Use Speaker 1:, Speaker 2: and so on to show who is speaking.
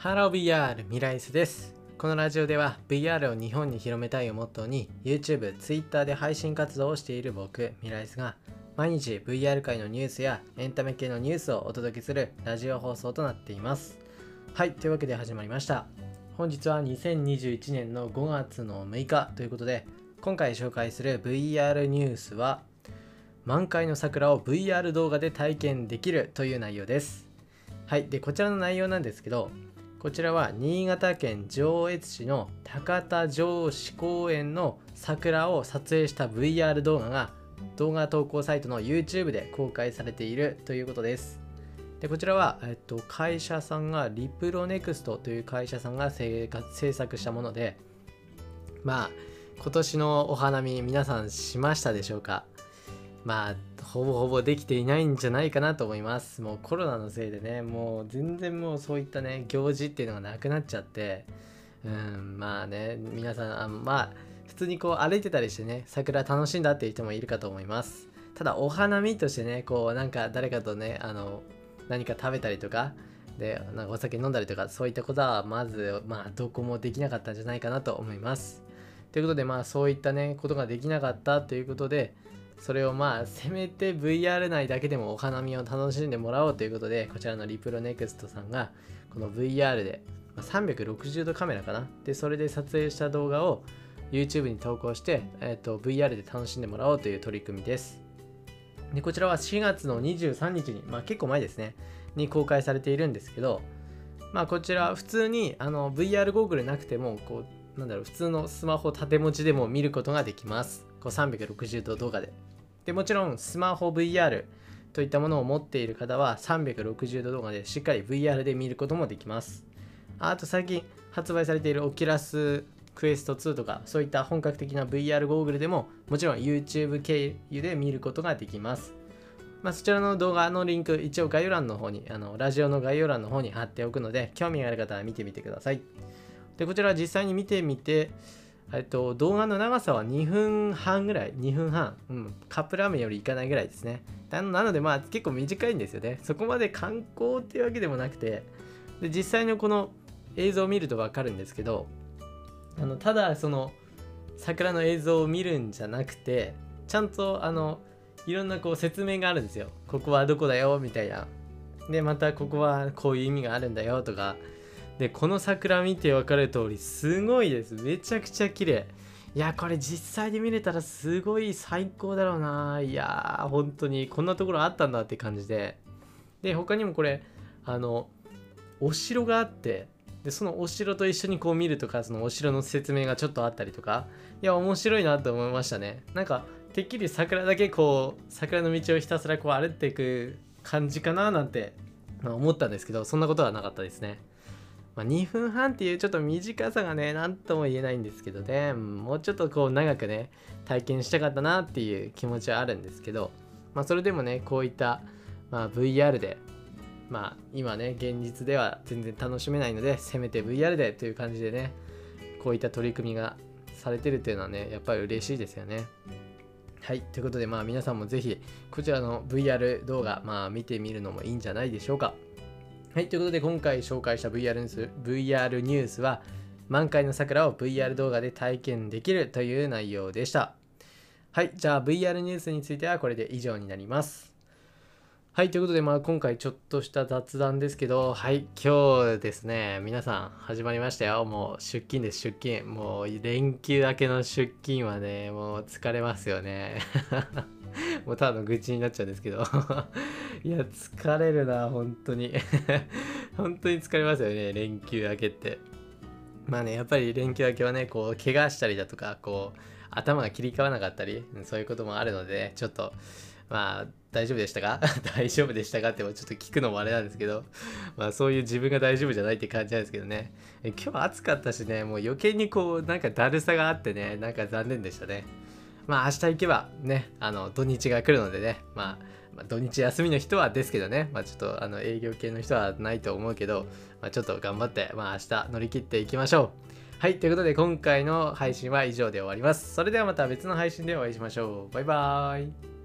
Speaker 1: ハロー VR ミライスです。このラジオでは VR を日本に広めたいをモットーに YouTube、Twitter で配信活動をしている僕、ミライスが毎日 VR 界のニュースやエンタメ系のニュースをお届けするラジオ放送となっています。はい、というわけで始まりました。本日は2021年の5月の6日ということで、今回紹介する VR ニュースは満開の桜を VR 動画で体験できるという内容です。はい、でこちらの内容なんですけど、こちらは新潟県上越市の高田城址公園の桜を撮影した VR 動画が動画投稿サイトの YouTube で公開されているということです。でこちらは、会社さんがリプロネクストという会社さんが制作したもので、今年のお花見皆さんしましたでしょうか。ほぼほぼできていないんじゃないかなと思います。もうコロナのせいでね、もう全然もうそういったね行事っていうのがなくなっちゃって、皆さん普通にこう歩いてたりしてね、桜楽しんだっていう人もいるかと思います。ただお花見としてね、こうなんか誰かとね何か食べたりとかで、なんかお酒飲んだりとか、そういったことはまずどこもできなかったんじゃないかなと思います。ということでそういったねことができなかったということで、それをせめて VR 内だけでもお花見を楽しんでもらおうということで、こちらのリプロネクストさんがこの VR で360度カメラかなで、それで撮影した動画を YouTube に投稿して、VR で楽しんでもらおうという取り組みです。でこちらは4月の23日に、結構前ですねに公開されているんですけど、こちら普通にVR ゴーグルなくても普通のスマホ縦持ちでも見ることができます。360度動画でもちろんスマホ VR といったものを持っている方は360度動画でしっかり VR で見ることもできます。あと最近発売されている Oculus Quest 2とか、そういった本格的な VR ゴーグルでももちろん YouTube 経由で見ることができます。そちらの動画のリンク、一応概要欄の方にラジオの概要欄の方に貼っておくので、興味がある方は見てみてください。でこちら実際に見てみて、動画の長さは2分半ぐらい、カップラーメンよりいかないぐらいですね。なので結構短いんですよね。そこまで観光っていうわけでもなくて、で実際のこの映像を見ると分かるんですけど、ただその桜の映像を見るんじゃなくて、ちゃんといろんな説明があるんですよ。ここはどこだよみたいな。でまたここはこういう意味があるんだよとか。でこの桜見て分かる通りすごいです。めちゃくちゃ綺麗。いやこれ実際で見れたらすごい最高だろうな。いや本当にこんなところあったんだって感じで、他にもこれお城があって、でそのお城と一緒に見るとか、そのお城の説明がちょっとあったりとか、いや面白いなと思いましたね。なんかてっきり桜だけ桜の道をひたすら歩っていく感じかななんて思ったんですけど、そんなことはなかったですね。2分半っていうちょっと短さがね、なんとも言えないんですけどね、もうちょっと長くね体験したかったなっていう気持ちはあるんですけど、それでもねこういった、VR で今ね現実では全然楽しめないので、せめて VR でという感じでね、こういった取り組みがされてるっていうのはね、やっぱり嬉しいですよね。はい、ということで皆さんもぜひこちらの VR 動画見てみるのもいいんじゃないでしょうか。はい、ということで今回紹介した VR ニュースは満開の桜を VR 動画で体験できるという内容でした。はい、じゃあ VR ニュースについてはこれで以上になります。はい、ということで今回ちょっとした雑談ですけど、はい、今日ですね、皆さん始まりましたよ。もう出勤です、出勤。もう連休明けの出勤はね、もう疲れますよね。もうただの愚痴になっちゃうんですけどいや疲れるな本当に本当に疲れますよね、連休明けって。やっぱり連休明けはね怪我したりだとか頭が切り替わらなかったり、そういうこともあるので、ね、ちょっと大丈夫でしたか大丈夫でしたかってちょっと聞くのもあれなんですけど、そういう自分が大丈夫じゃないって感じなんですけどね。今日は暑かったしね、もう余計になんかだるさがあってね、なんか残念でしたね。明日行けばね、土日が来るのでね、土日休みの人はですけどね、ちょっと営業系の人はないと思うけど、ちょっと頑張って、明日乗り切っていきましょう。はい、ということで今回の配信は以上で終わります。それではまた別の配信でお会いしましょう。バイバーイ。